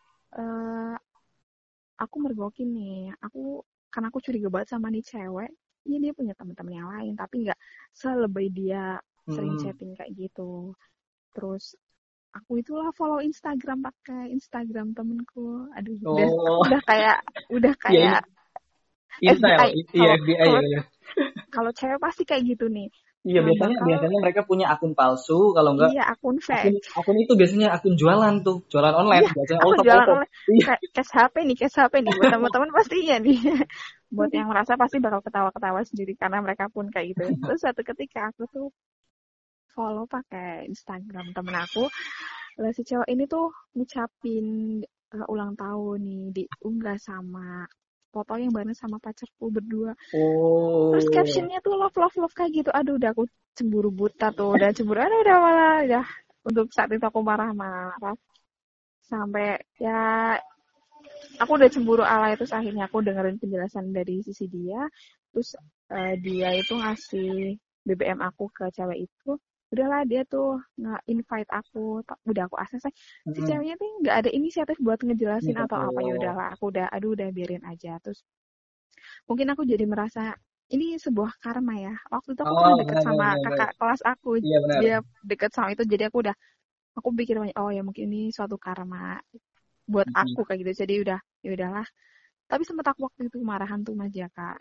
aku mergokin nih, karena aku curiga banget sama nih cewek. Iya dia punya teman-teman yang lain, tapi nggak selebay dia sering chatting kayak gitu. Terus aku itulah follow Instagram, pakai Instagram temenku. Aduh, udah kayak FBI. Kalau cewek pasti kayak gitu nih. Iya, biasanya mereka punya akun palsu, kalau enggak akun fake. Akun itu biasanya akun jualan online. Iya, biasanya jualan online. Cash HP nih buat teman-teman pastinya nih. Buat yang merasa pasti bakal ketawa-ketawa sendiri karena mereka pun kayak gitu. Terus suatu ketika aku tuh follow pakai Instagram temen aku, lah si cewek ini tuh ngucapin ulang tahun nih, diunggah sama foto yang bareng sama pacarku berdua. Terus captionnya tuh love kayak gitu. Aduh, udah aku cemburu buta tuh. Udah cemburu, udah untuk saat itu aku marah-marah. Sampai ya aku udah cemburu alay, terus akhirnya aku dengerin penjelasan dari sisi dia. Terus dia itu ngasih BBM aku ke cewek itu. Udahlah, dia tuh nge-invite aku, udah aku akses. Si ceweknya tuh nggak ada inisiatif buat ngejelasin atau apa. Ya udahlah, aku udah biarin aja. Terus mungkin aku jadi merasa ini sebuah karma ya. Waktu itu aku pernah deket sama kakak kelas aku. Iya, dia deket sama itu, jadi aku pikir oh ya mungkin ini suatu karma buat aku kayak gitu. Jadi ya udahlah. Tapi sempat aku waktu itu marahan tuh Mas Jaka.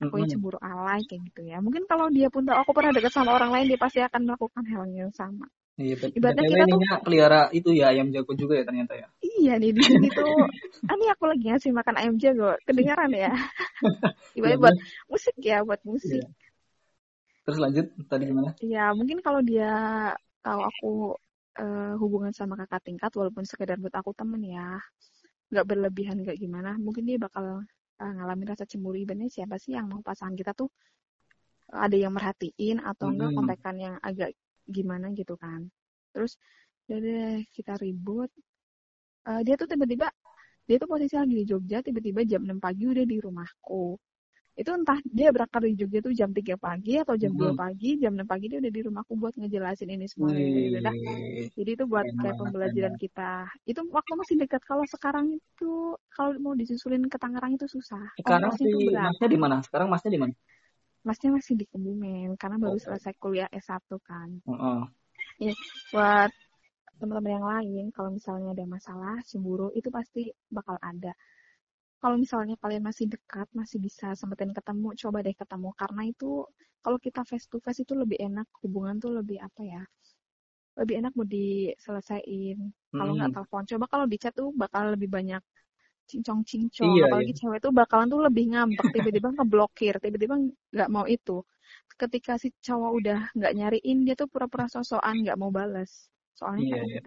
aku cemburu alay kayak gitu ya. Mungkin kalau dia pun tahu aku pernah dekat sama orang lain, dia pasti akan melakukan hal yang sama. Iya, Ibaratnya kita tuh pelihara itu ya ayam jago juga ya ternyata ya. Iya nih di sini tuh, ini aku lagi ngasih makan ayam jago, kedengaran ya. Ibaratnya buat musik ya, buat musik. Iya. Terus lanjut tadi gimana? Ya mungkin kalau dia tahu aku hubungan sama kakak tingkat, walaupun sekedar buat aku temen ya, nggak berlebihan nggak gimana, mungkin dia bakal ngalamin rasa cemburu. Ibaratnya siapa sih yang mau pasangan kita tuh ada yang merhatiin atau enggak kontekan yang agak gimana gitu kan. Terus udah kita ribut, dia tuh tiba-tiba, dia tuh posisi lagi di Jogja, tiba-tiba jam 6 pagi udah di rumahku. Itu entah dia berangkat di Jogja tuh jam 3 pagi atau jam 2 pagi, jam 6 pagi dia udah di rumahku buat ngejelasin ini semua. Jadi itu buat kayak pembelajaran kita. Itu waktu masih dekat. Kalau sekarang itu, kalau mau disusulin ke Tangerang itu susah. Sekarang masnya di mana? Sekarang masnya di mana? Masnya masih di Kebumen, karena baru selesai kuliah S1 kan. Ya, buat teman-teman yang lain, kalau misalnya ada masalah, cemburu, itu pasti bakal ada. Kalau misalnya kalian masih dekat, masih bisa sempetin ketemu, coba deh ketemu. Karena itu, kalau kita face to face itu lebih enak, hubungan tuh lebih apa ya, lebih enak mau diselesaiin. Kalau nggak telepon, coba kalau di chat tuh bakal lebih banyak cincong-cincong. Apalagi cewek tuh bakalan tuh lebih ngambek, tiba-tiba ngeblokir, tiba-tiba nggak mau itu. Ketika si cowok udah nggak nyariin, dia tuh pura-pura sosokan, nggak mau balas. Soalnya kayak gitu.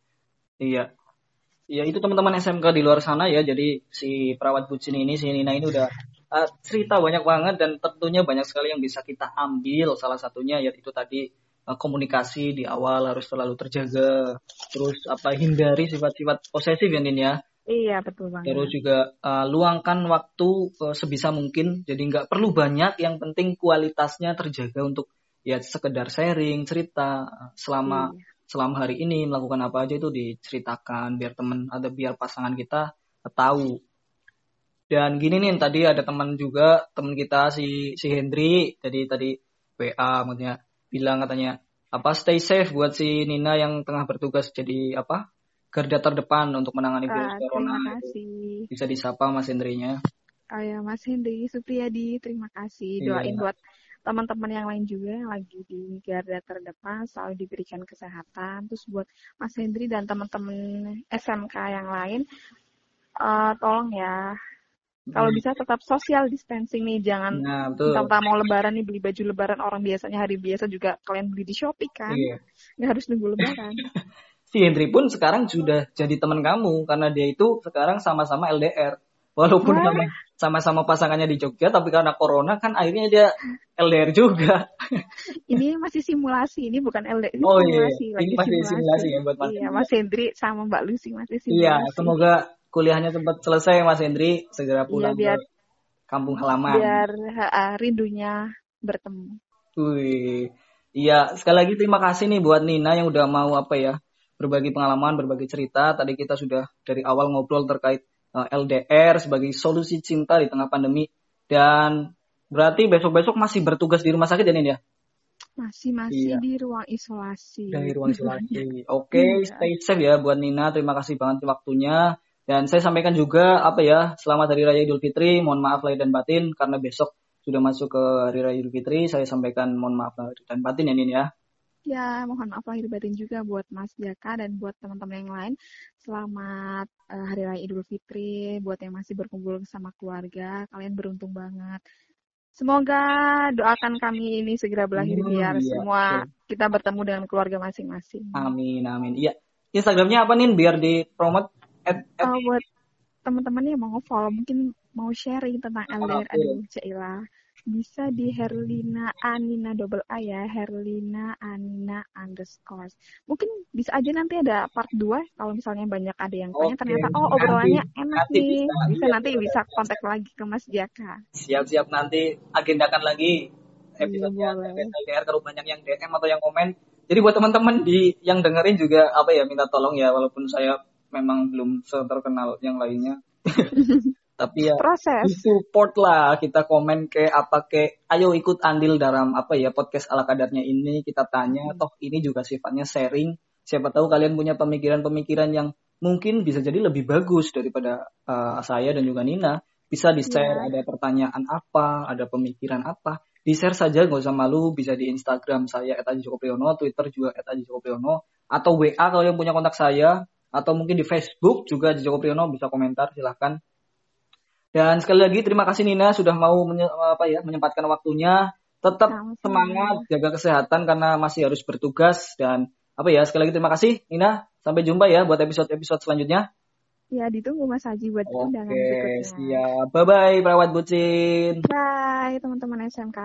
Iya. Ya itu teman-teman SMK di luar sana ya. Jadi si perawat bucin ini, si Nina ini udah cerita banyak banget dan tentunya banyak sekali yang bisa kita ambil. Salah satunya yaitu tadi komunikasi di awal harus selalu terjaga. Terus hindari sifat-sifat posesif ya Nin ya. Iya betul banget. Terus juga luangkan waktu sebisa mungkin. Jadi nggak perlu banyak, yang penting kualitasnya terjaga untuk ya sekedar sharing, cerita selama hari ini melakukan apa aja itu diceritakan biar pasangan kita tahu. Dan gini nih, tadi ada teman kita si Hendri tadi WA maksudnya bilang katanya stay safe buat si Nina yang tengah bertugas jadi garda terdepan untuk menangani virus corona. Terima kasih. Bisa disapa Mas Hendrinya. Oh ya, Mas Hendri Supriyadi, terima kasih. Doain buat teman-teman yang lain juga yang lagi di garda terdepan selalu diberikan kesehatan. Terus buat Mas Hendri dan teman-teman SMK yang lain, tolong ya, kalau bisa tetap social distancing nih, jangan entah mau lebaran nih beli baju lebaran, orang biasanya hari biasa juga kalian beli di Shopee kan, nggak harus nunggu lebaran. Si Hendri pun sekarang sudah jadi teman kamu karena dia itu sekarang sama-sama LDR. Walaupun sama-sama pasangannya di Jogja, tapi karena corona kan akhirnya dia LDR juga. Ini masih simulasi, ini bukan LDR. Ini simulasi. Ini masih simulasi ya buat Mas. Iya, Mas Hendri sama Mbak Lucy masih simulasi. Iya, semoga kuliahnya cepat selesai Mas Hendri, segera pulang ke kampung halaman. Biar rindunya bertemu. Iya, sekali lagi terima kasih nih buat Nina yang udah mau berbagi pengalaman, berbagi cerita. Tadi kita sudah dari awal ngobrol terkait LDR sebagai solusi cinta di tengah pandemi. Dan berarti besok-besok masih bertugas di rumah sakit ya Nin ya? Masih di ruang isolasi. Dari ruang isolasi. Oke, stay safe ya buat Nina. Terima kasih banget waktunya. Dan saya sampaikan juga selamat Hari Raya Idul Fitri. Mohon maaf lahir dan batin karena besok sudah masuk ke Hari Raya Idul Fitri. Saya sampaikan mohon maaf lahir dan batin ya Nin ya. Ya, mohon maaf lahir batin juga buat Mas Jaka dan buat teman-teman yang lain. Selamat Hari Raya Idul Fitri. Buat yang masih berkumpul sama keluarga, kalian beruntung banget. Semoga doakan kami ini segera berakhir biar semua kita bertemu dengan keluarga masing-masing. Amin. Iya. Instagramnya apa nih biar dipromot? Buat teman-teman yang mau nge-follow, mungkin mau sharing tentang LDR, Cailah. Bisa di Herlina Anina _A ya, Herlina Anina _ Mungkin bisa aja nanti ada part 2 kalau misalnya banyak ada yang tanya ternyata obrolannya enak nih. Bisa kontak lagi ke Mas Jaka. Siap nanti agendakan lagi episode LDR kalau banyak yang DM atau yang komen. Jadi buat teman-teman yang dengerin juga minta tolong ya, walaupun saya memang belum terkenal yang lainnya. Tapi ya support lah, kita komen ayo ikut andil dalam podcast ala kadarnya ini, kita tanya, toh ini juga sifatnya sharing, siapa tahu kalian punya pemikiran-pemikiran yang mungkin bisa jadi lebih bagus daripada saya dan juga Nina, Bisa di-share, ada pertanyaan apa, ada pemikiran apa, di-share saja, nggak usah malu. Bisa di Instagram saya @aji_joko_priyono, Twitter juga @aji_joko_priyono, atau WA kalau yang punya kontak saya, atau mungkin di Facebook juga Aji Joko Priyono, bisa komentar, silahkan. Dan sekali lagi terima kasih Nina sudah mau menyempatkan waktunya. Tetap semangat, jaga kesehatan karena masih harus bertugas. Dan sekali lagi terima kasih Nina. Sampai jumpa ya buat episode-episode selanjutnya. Ya, ditunggu Mas Haji buat undangan berikutnya. Oke, siap. Bye-bye perawat bucin. Bye teman-teman SMK.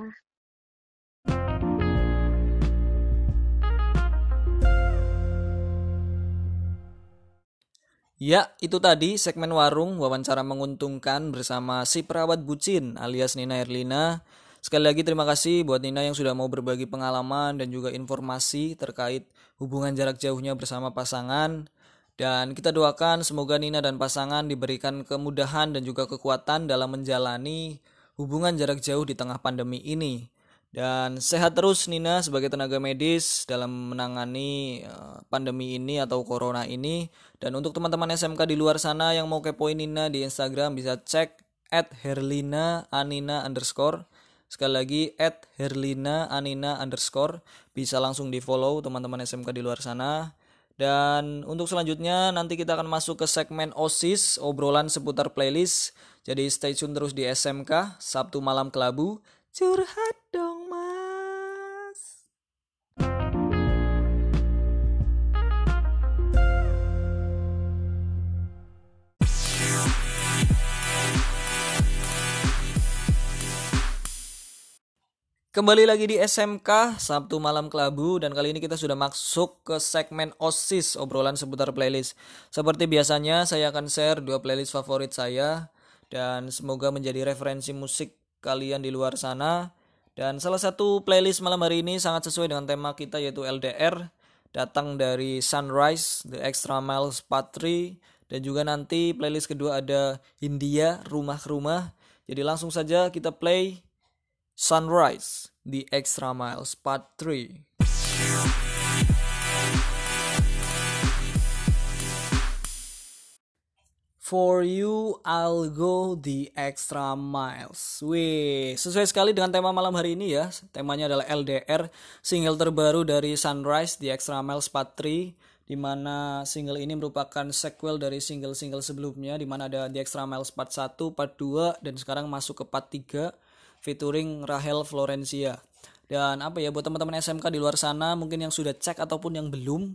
Ya, itu tadi segmen warung wawancara menguntungkan bersama si perawat bucin alias Nina Erlina. Sekali lagi terima kasih buat Nina yang sudah mau berbagi pengalaman dan juga informasi terkait hubungan jarak jauhnya bersama pasangan. Dan kita doakan semoga Nina dan pasangan diberikan kemudahan dan juga kekuatan dalam menjalani hubungan jarak jauh di tengah pandemi ini. Dan sehat terus Nina sebagai tenaga medis dalam menangani pandemi ini atau corona ini. Dan untuk teman-teman SMK di luar sana yang mau kepoin Nina di Instagram bisa cek @herlina_anina_. Sekali lagi @herlina_anina_. Bisa langsung di follow teman-teman SMK di luar sana. Dan untuk selanjutnya nanti kita akan masuk ke segmen OSIS, obrolan seputar playlist. Jadi stay tune terus di SMK, Sabtu Malam Kelabu. Curhat dong mas. Kembali lagi di SMK, Sabtu Malam Kelabu, dan kali ini kita sudah masuk ke segmen OSIS, obrolan seputar playlist. Seperti biasanya, saya akan share 2 playlist favorit saya, dan semoga menjadi referensi musik kalian di luar sana. Dan salah satu playlist malam hari ini sangat sesuai dengan tema kita, yaitu LDR, datang dari Sunrise, The Extra Miles Part 3, dan juga nanti playlist kedua ada Hindia, Rumah ke Rumah. Jadi langsung saja kita play Sunrise, The Extra Miles Part 3. For you, I'll go the extra miles. Wih, sesuai sekali dengan tema malam hari ini ya. Temanya adalah LDR, single terbaru dari Sunrise, The Extra Miles Part 3. Di mana single ini merupakan sequel dari single-single sebelumnya, di mana ada The Extra Miles Part 1, Part 2, dan sekarang masuk ke Part 3, featuring Rahel Florencia. Dan buat teman-teman SMK di luar sana, mungkin yang sudah cek ataupun yang belum,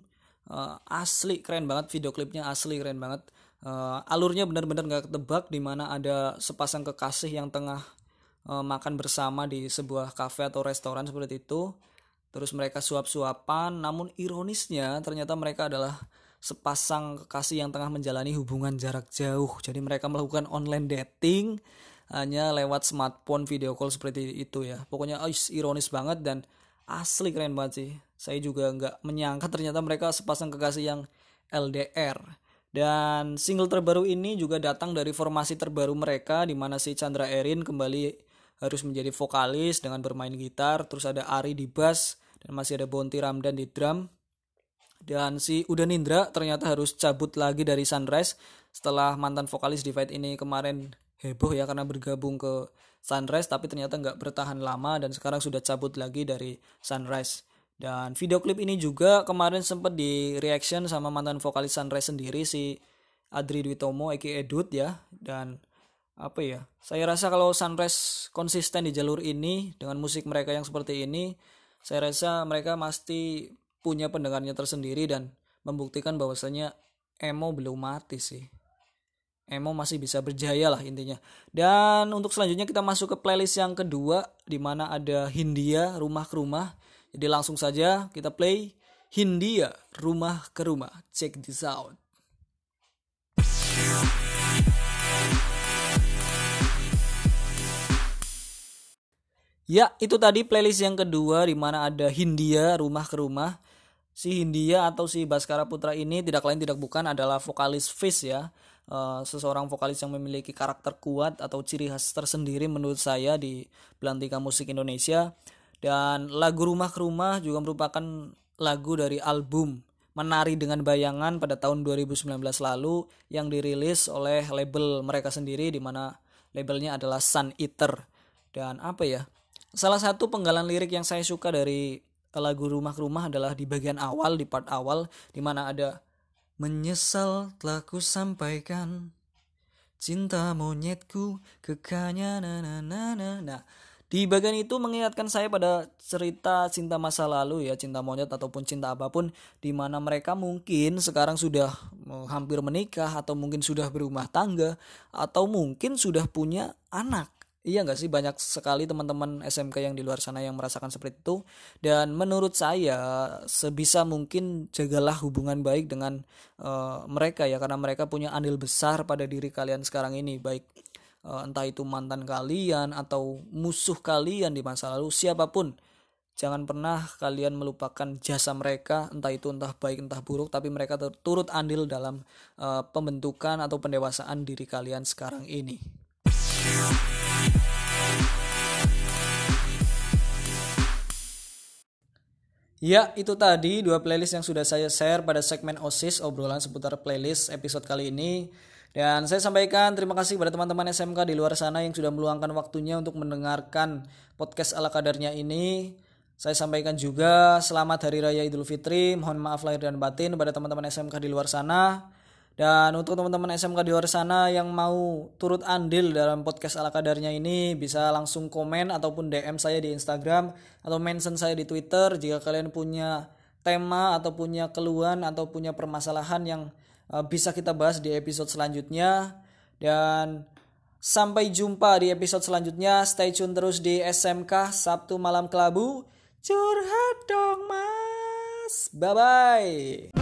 asli keren banget, video klipnya asli keren banget. Alurnya benar-benar gak ketebak, dimana ada sepasang kekasih yang tengah makan bersama di sebuah kafe atau restoran seperti itu. Terus mereka suap-suapan, namun ironisnya ternyata mereka adalah sepasang kekasih yang tengah menjalani hubungan jarak jauh. Jadi mereka melakukan online dating hanya lewat smartphone video call seperti itu ya. Pokoknya ironis banget dan asli keren banget sih. Saya juga gak menyangka ternyata mereka sepasang kekasih yang LDR. Dan single terbaru ini juga datang dari formasi terbaru mereka, di mana si Chandra Erin kembali harus menjadi vokalis dengan bermain gitar. Terus ada Ari di bass, dan masih ada Bonti Ramdan di drum. Dan si Uda Nindra ternyata harus cabut lagi dari Sunrise setelah mantan vokalis Divide ini kemarin heboh ya karena bergabung ke Sunrise, tapi ternyata nggak bertahan lama dan sekarang sudah cabut lagi dari Sunrise. Dan video klip ini juga kemarin sempat di reaction sama mantan vokalis Sunrise sendiri, si Adri Dwi Tomo aka Edut ya. Dan saya rasa kalau Sunrise konsisten di jalur ini dengan musik mereka yang seperti ini, saya rasa mereka pasti punya pendengarnya tersendiri dan membuktikan bahwasanya emo belum mati sih. Emo masih bisa berjaya lah intinya. Dan untuk selanjutnya kita masuk ke playlist yang kedua, di mana ada Hindia, Rumah ke Rumah. Jadi langsung saja kita play Hindia, Rumah ke Rumah. Check this out. Ya, itu tadi playlist yang kedua di mana ada Hindia, Rumah ke Rumah. Si Hindia atau si Baskara Putra ini tidak lain tidak bukan adalah vokalis Fish ya. Seseorang vokalis yang memiliki karakter kuat atau ciri khas tersendiri menurut saya di belantika musik Indonesia. Dan lagu Rumah ke Rumah juga merupakan lagu dari album Menari dengan Bayangan pada tahun 2019 lalu yang dirilis oleh label mereka sendiri, di mana labelnya adalah Sun Eater. Dan apa ya, salah satu penggalan lirik yang saya suka dari lagu Rumah ke Rumah adalah di bagian awal, di part awal, di mana ada menyesal telah ku sampaikan cinta monyetku kekanya na. Nah, di bagian itu mengingatkan saya pada cerita cinta masa lalu ya, cinta monyet ataupun cinta apapun, di mana mereka mungkin sekarang sudah hampir menikah atau mungkin sudah berumah tangga atau mungkin sudah punya anak. Iya nggak sih, banyak sekali teman-teman SMK yang di luar sana yang merasakan seperti itu. Dan menurut saya sebisa mungkin jagalah hubungan baik dengan mereka ya, karena mereka punya andil besar pada diri kalian sekarang ini, baik entah itu mantan kalian atau musuh kalian di masa lalu, siapapun. Jangan pernah kalian melupakan jasa mereka, entah itu entah baik entah buruk, tapi mereka turut andil dalam pembentukan atau pendewasaan diri kalian sekarang ini. Ya, itu tadi 2 playlist yang sudah saya share pada segmen OSIS, obrolan seputar playlist episode kali ini. Dan saya sampaikan terima kasih kepada teman-teman SMK di luar sana yang sudah meluangkan waktunya untuk mendengarkan podcast ala kadarnya ini. Saya sampaikan juga selamat Hari Raya Idul Fitri, mohon maaf lahir dan batin pada teman-teman SMK di luar sana. Dan untuk teman-teman SMK di luar sana yang mau turut andil dalam podcast ala kadarnya ini, bisa langsung komen ataupun DM saya di Instagram atau mention saya di Twitter jika kalian punya tema atau punya keluhan atau punya permasalahan yang bisa kita bahas di episode selanjutnya. Dan sampai jumpa di episode selanjutnya. Stay tune terus di SMK Sabtu Malam Kelabu. Curhat dong mas. Bye bye.